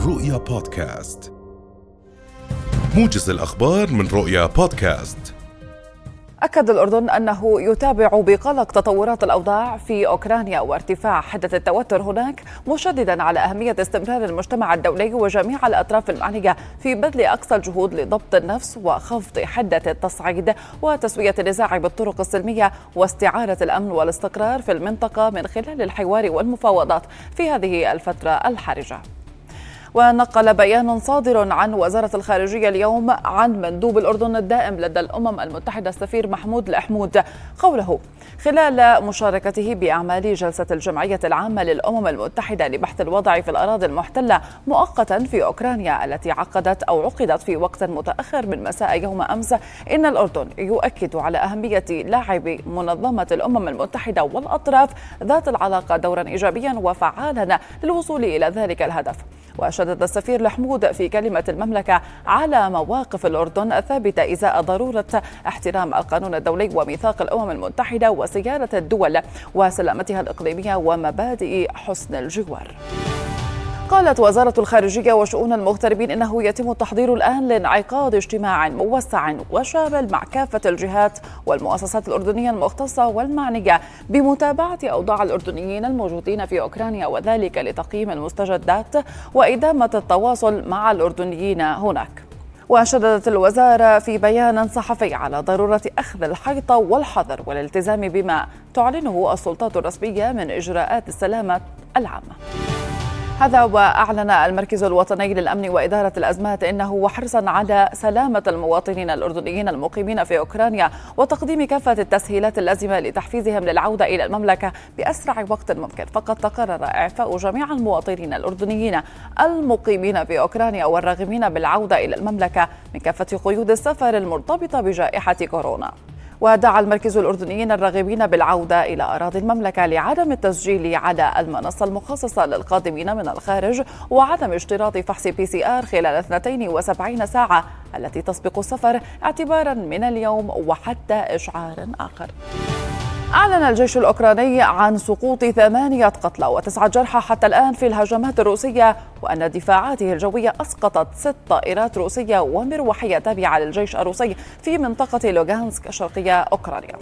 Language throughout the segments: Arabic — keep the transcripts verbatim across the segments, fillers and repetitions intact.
رؤيا بودكاست، موجز الأخبار من رؤيا بودكاست. أكد الأردن أنه يتابع بقلق تطورات الأوضاع في أوكرانيا وارتفاع حدة التوتر هناك، مشددا على أهمية استمرار المجتمع الدولي وجميع الأطراف المعنية في بذل أقصى الجهود لضبط النفس وخفض حدة التصعيد وتسوية النزاع بالطرق السلمية واستعادة الأمن والاستقرار في المنطقة من خلال الحوار والمفاوضات في هذه الفترة الحرجة. ونقل بيان صادر عن وزارة الخارجية اليوم عن مندوب الأردن الدائم لدى الأمم المتحدة السفير محمود الحمود قوله خلال مشاركته بأعمال جلسة الجمعية العامة للأمم المتحدة لبحث الوضع في الأراضي المحتلة مؤقتا في أوكرانيا التي عقدت أو عقدت في وقت متأخر من مساء يوم أمس، إن الأردن يؤكد على أهمية لعب منظمة الأمم المتحدة والأطراف ذات العلاقة دورا إيجابيا وفعالا للوصول إلى ذلك الهدف. وشدد السفير الحمود في كلمة المملكة على مواقف الأردن الثابتة إزاء ضرورة احترام القانون الدولي وميثاق الأمم المتحدة وسيادة الدول وسلامتها الإقليمية ومبادئ حسن الجوار. قالت وزارة الخارجية وشؤون المغتربين إنه يتم التحضير الآن لانعقاد اجتماع موسع وشامل مع كافة الجهات والمؤسسات الأردنية المختصة والمعنية بمتابعة أوضاع الأردنيين الموجودين في أوكرانيا، وذلك لتقييم المستجدات وإدامة التواصل مع الأردنيين هناك. وشددت الوزارة في بيان صحفي على ضرورة أخذ الحيطة والحذر والالتزام بما تعلنه السلطات الرسمية من إجراءات السلامة العامة. هذا وأعلن المركز الوطني للأمن وإدارة الأزمات إنه وحرصا على سلامة المواطنين الأردنيين المقيمين في أوكرانيا وتقديم كافة التسهيلات اللازمة لتحفيزهم للعودة إلى المملكة بأسرع وقت ممكن، فقد تقرر إعفاء جميع المواطنين الأردنيين المقيمين في أوكرانيا والراغبين بالعودة إلى المملكة من كافة قيود السفر المرتبطة بجائحة كورونا. ودعا المركز الأردنيين الراغبين بالعودة إلى أراضي المملكة لعدم التسجيل على المنصة المخصصة للقادمين من الخارج وعدم اشتراط فحص بي سي آر خلال اثنتين وسبعين ساعة التي تسبق السفر اعتبارا من اليوم وحتى إشعار آخر. أعلن الجيش الأوكراني عن سقوط ثمانية قتلى وتسعة جرحى حتى الآن في الهجمات الروسية، وأن دفاعاته الجوية أسقطت ست طائرات روسية ومروحية تابعة للجيش الروسي في منطقة لوغانسك شرقية أوكرانيا.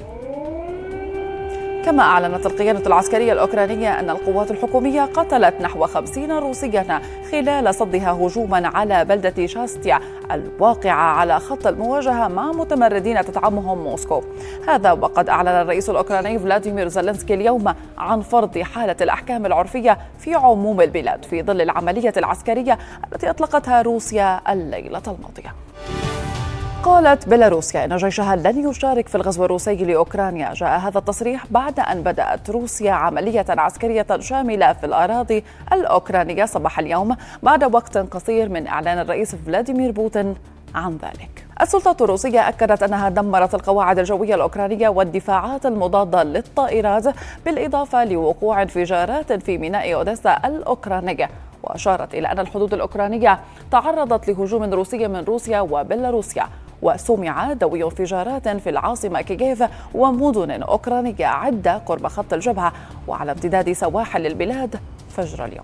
كما أعلنت القيادة العسكرية الأوكرانية أن القوات الحكومية قتلت نحو خمسين روسيا خلال صدها هجوما على بلدة شاستيا الواقعة على خط المواجهة مع متمردين تدعمهم موسكو. هذا وقد أعلن الرئيس الأوكراني فلاديمير زيلينسكي اليوم عن فرض حالة الأحكام العرفية في عموم البلاد في ظل العملية العسكرية التي أطلقتها روسيا الليلة الماضية. قالت بيلاروسيا إن جيشها لن يشارك في الغزو الروسي لأوكرانيا. جاء هذا التصريح بعد أن بدأت روسيا عملية عسكرية شاملة في الأراضي الأوكرانية صباح اليوم بعد وقت قصير من إعلان الرئيس فلاديمير بوتين عن ذلك. السلطات الروسية أكدت أنها دمرت القواعد الجوية الأوكرانية والدفاعات المضادة للطائرات، بالإضافة لوقوع انفجارات في ميناء أوديسا الأوكرانية، وأشارت إلى أن الحدود الأوكرانية تعرضت لهجوم روسي من روسيا وبيلاروسيا، وسمع دوي انفجارات في العاصمة كييف ومدن أوكرانية عدة قرب خط الجبهة وعلى امتداد سواحل البلاد فجر اليوم.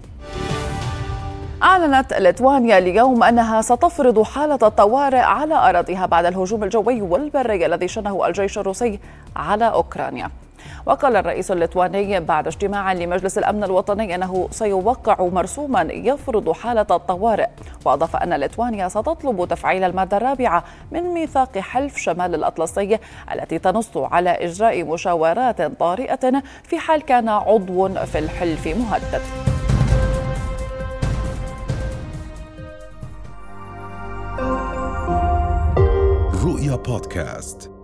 أعلنت ليتوانيا اليوم أنها ستفرض حالة الطوارئ على أراضيها بعد الهجوم الجوي والبري الذي شنه الجيش الروسي على أوكرانيا. وقال الرئيس الليتواني بعد اجتماع لمجلس الأمن الوطني أنه سيوقع مرسوما يفرض حالة الطوارئ، وأضاف أن ليتوانيا ستطلب تفعيل المادة الرابعة من ميثاق حلف شمال الأطلسي التي تنص على إجراء مشاورات طارئة في حال كان عضو في الحلف مهدد. رؤيا بودكاست.